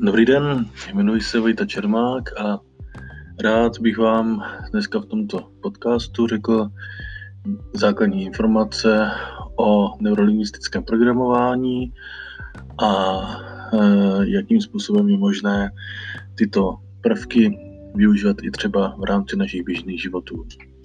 Dobrý den, jmenuji se Vojta Čermák a rád bych vám dneska v tomto podcastu řekl základní informace o neurolingvistickém programování a jakým způsobem je možné tyto prvky využívat i třeba v rámci našich běžných životů.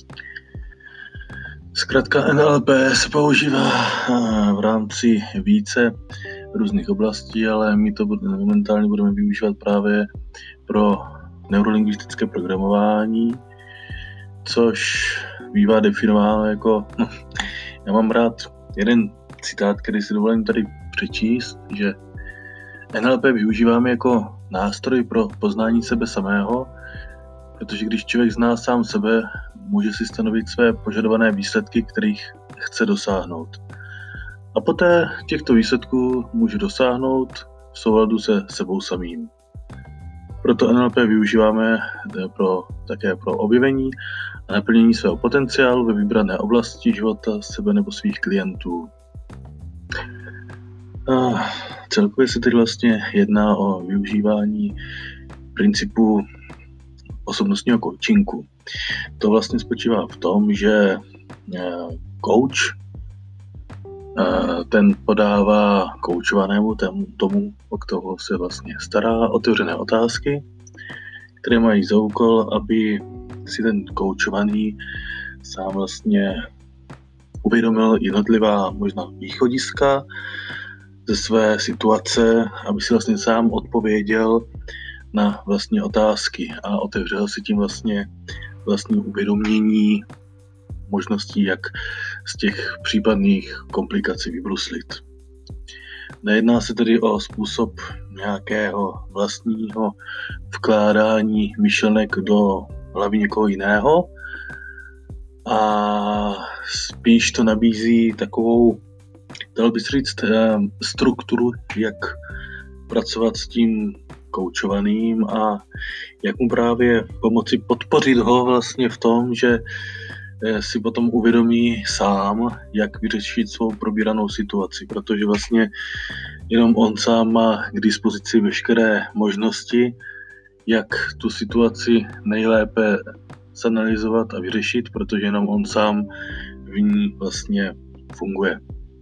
Zkrátka NLP se používá v rámci více různých oblastí, ale my to momentálně budeme využívat právě pro neurolingvistické programování, což bývá definováno jako, já mám rád jeden citát, který si dovolím tady přečíst, že NLP využíváme jako nástroj pro poznání sebe samého, protože když člověk zná sám sebe, může si stanovit své požadované výsledky, kterých chce dosáhnout. A poté těchto výsledků může dosáhnout v souladu se sebou samým. Proto NLP využíváme také pro objevení a naplnění svého potenciálu ve vybrané oblasti života sebe nebo svých klientů. A celkově se teď vlastně jedná o využívání principu osobnostního coachingu. To vlastně spočívá v tom, že coach ten podává koučovanému tomu, o kterého se vlastně stará, otevřené otázky, které mají za úkol, aby si ten koučovaný sám vlastně uvědomil jednotlivá možná východiska ze své situace, aby si vlastně sám odpověděl na vlastně otázky a otevřel si tím vlastně uvědomění možností, jak z těch případných komplikací vybruslit. Nejedná se tedy o způsob nějakého vlastního vkládání myšlenek do hlavy někoho jiného a spíš to nabízí takovou, dalo by se říct, strukturu, jak pracovat s tím koučovaným a jak mu právě pomoci podpořit ho vlastně v tom, že si potom uvědomí sám, jak vyřešit svou probíranou situaci, protože vlastně jenom on sám má k dispozici veškeré možnosti, jak tu situaci nejlépe zanalyzovat a vyřešit, protože jenom on sám v ní vlastně funguje.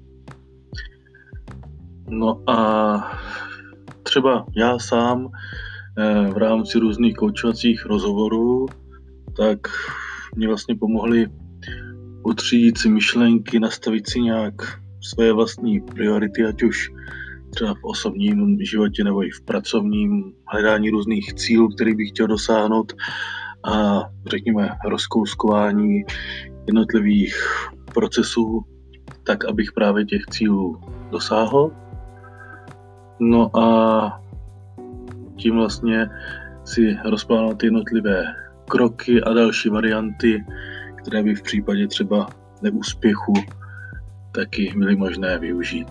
No a třeba já sám v rámci různých koučovacích rozhovorů, tak mě vlastně pomohly utřídit si myšlenky, nastavit si nějak své vlastní priority, ať už třeba v osobním životě nebo i v pracovním, hledání různých cílů, který bych chtěl dosáhnout a řekněme rozkouskování jednotlivých procesů, tak abych právě těch cílů dosáhl. No a tím vlastně si rozplánovat jednotlivé kroky a další varianty, které by v případě třeba neúspěchu taky byly možné využít.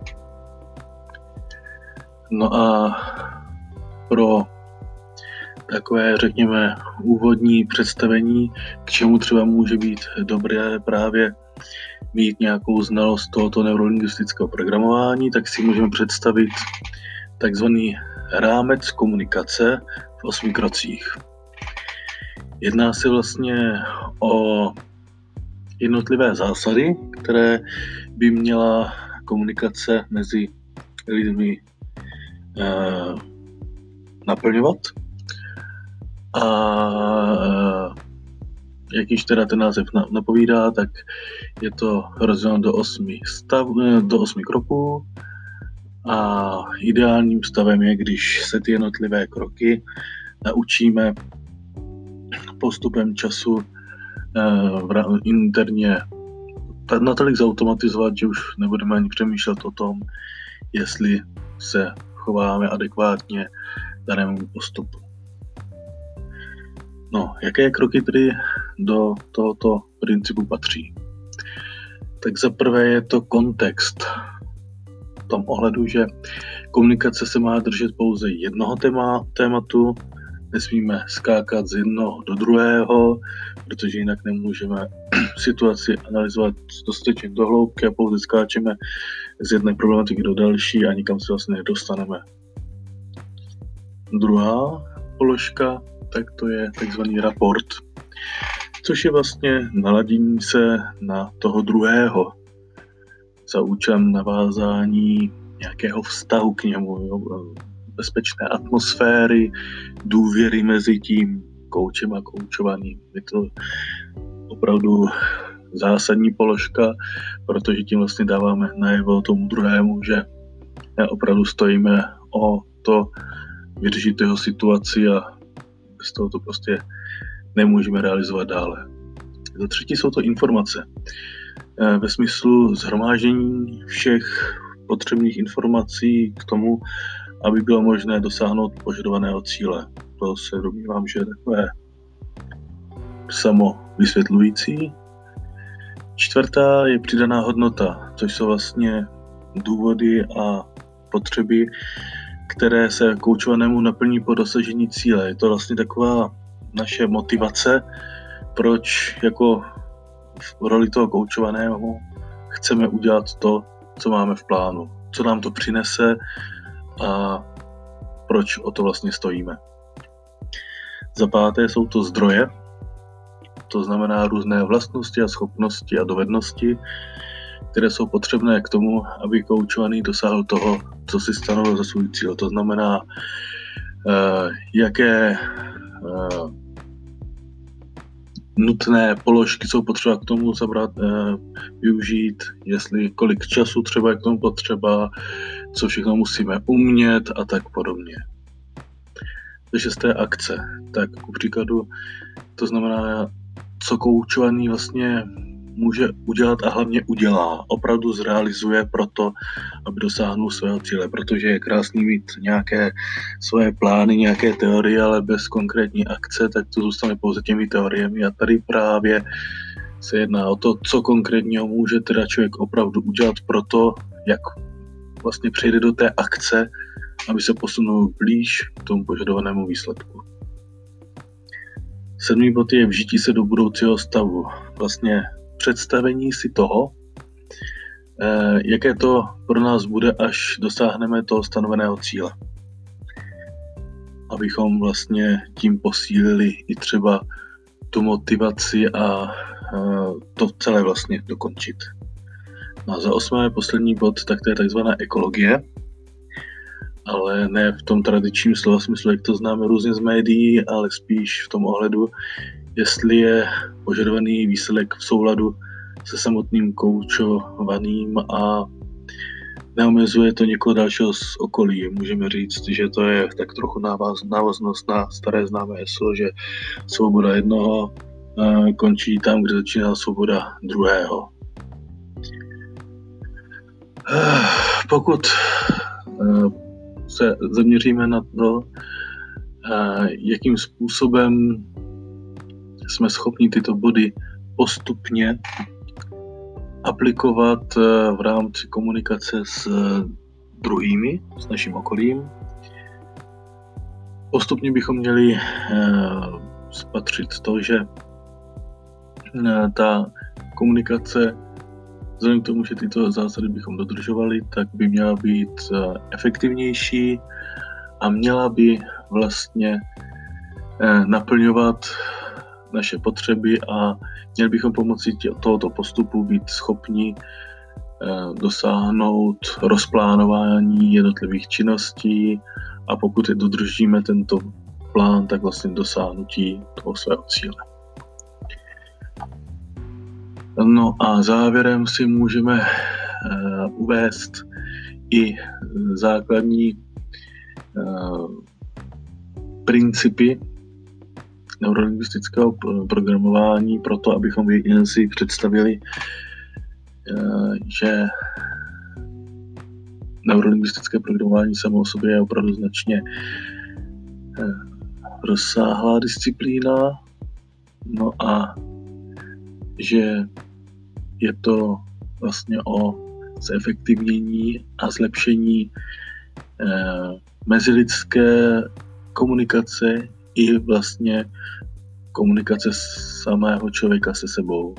No a pro takové, řekněme, úvodní představení, k čemu třeba může být dobré právě mít nějakou znalost tohoto neurolingvistického programování, tak si můžeme představit takzvaný rámec komunikace v 8 krocích. Jedná se vlastně o jednotlivé zásady, které by měla komunikace mezi lidmi naplňovat. A jak již teda ten název napovídá, tak je to rozděleno do 8 kroků a ideálním stavem je, když se ty jednotlivé kroky naučíme postupem času interně natolik zautomatizovat, že už nebudeme ani přemýšlet o tom, jestli se chováme adekvátně danému postupu. No, jaké kroky tedy do tohoto principu patří? Tak za prvé je to kontext. V tom ohledu, že komunikace se má držet pouze jednoho tématu, nesmíme skákat z jednoho do druhého, protože jinak nemůžeme situaci analyzovat dostatečně do hloubky a pouze skáčeme z jedné problematiky do další a nikam se vlastně nedostaneme. druhá položka, tak to je takzvaný raport, což je vlastně naladění se na toho druhého za účelem navázání nějakého vztahu k němu, bezpečné atmosféry, důvěry mezi tím koučem a koučovaným. Je to opravdu zásadní položka, protože tím vlastně dáváme najevo tomu druhému, že opravdu stojíme o to vyřešit jeho situaci a bez toho to prostě nemůžeme realizovat dále. Za třetí jsou to informace. Ve smyslu shromáždění všech potřebných informací k tomu, aby bylo možné dosáhnout požadovaného cíle. To se domnívám, že je takové samovysvětlující. Čtvrtá je přidaná hodnota, což jsou vlastně důvody a potřeby, které se koučovanému naplní po dosažení cíle. Je to vlastně taková naše motivace, proč jako v roli toho koučovaného chceme udělat to, co máme v plánu, co nám to přinese a proč o to vlastně stojíme. Za páté jsou to zdroje, to znamená různé vlastnosti a schopnosti a dovednosti, které jsou potřebné k tomu, aby koučovaný dosáhl toho, co si stanovil za svůj cíl. To znamená, jaké nutné položky jsou potřeba k tomu využít, kolik času třeba je k tomu potřeba, co všechno musíme umět a tak podobně. Za šesté akce. Tak ku příkladu, to znamená, co koučovaný vlastně může udělat a hlavně udělá. Opravdu zrealizuje proto, aby dosáhnul svého cíle, protože je krásný mít nějaké svoje plány, nějaké teorie, ale bez konkrétní akce, tak to zůstane pouze těmi teoriemi. A tady právě se jedná o to, co konkrétního může teda člověk opravdu udělat proto, jak vlastně přejde do té akce, aby se posunul blíž k tomu požadovanému výsledku. 7. bod je vžití se do budoucího stavu. Vlastně představení si toho, jaké to pro nás bude, až dosáhneme toho stanoveného cíle. Abychom vlastně tím posílili i třeba tu motivaci a to celé vlastně dokončit. A za 8. poslední bod, tak to je takzvaná ekologie, ale ne v tom tradičním slova smyslu, jak to známe různě z médií, ale spíš v tom ohledu, jestli je požadovaný výsledek v souladu se samotným koučovaným a neomezuje to někoho dalšího z okolí. Můžeme říct, že to je tak trochu návaznost na staré známé heslo, že svoboda jednoho končí tam, kde začíná svoboda druhého. Pokud se zaměříme na to, jakým způsobem jsme schopni tyto body postupně aplikovat v rámci komunikace s druhými, s naším okolím. Postupně bychom měli spatřit to, že ta komunikace, vzhledem k tomu, že tyto zásady bychom dodržovali, tak by měla být efektivnější a měla by vlastně naplňovat naše potřeby a měli bychom pomocí tohoto postupu být schopni dosáhnout rozplánování jednotlivých činností a pokud je dodržíme tento plán, tak vlastně dosáhnutí toho svého cíle. No a závěrem si můžeme uvést i základní principy neurolingvistického programování proto, abychom jen si představili, že neurolingvistické programování samo o sobě je opravdu značně rozsáhlá disciplína, no a že je to vlastně o zefektivnění a zlepšení mezilidské komunikace i vlastně komunikace samého člověka se sebou.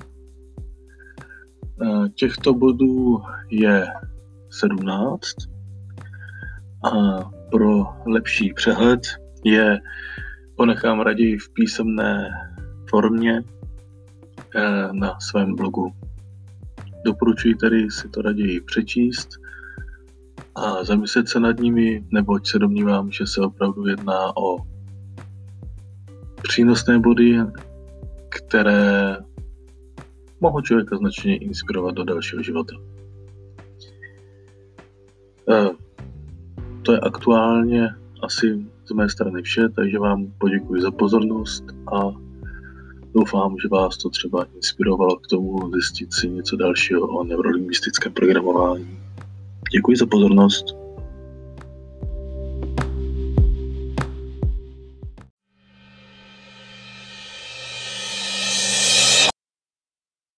Těchto bodů je 17 a pro lepší přehled je ponechám raději v písemné formě na svém blogu. Doporučuji tedy si to raději přečíst a zamyslet se nad nimi, neboť se domnívám, že se opravdu jedná o přínosné body, které mohou člověka značně inspirovat do dalšího života. To je aktuálně asi z mé strany vše, takže vám poděkuji za pozornost a doufám, že vás to třeba inspirovalo k tomu zjistit si něco dalšího o neurolingvistickém programování. Děkuji za pozornost.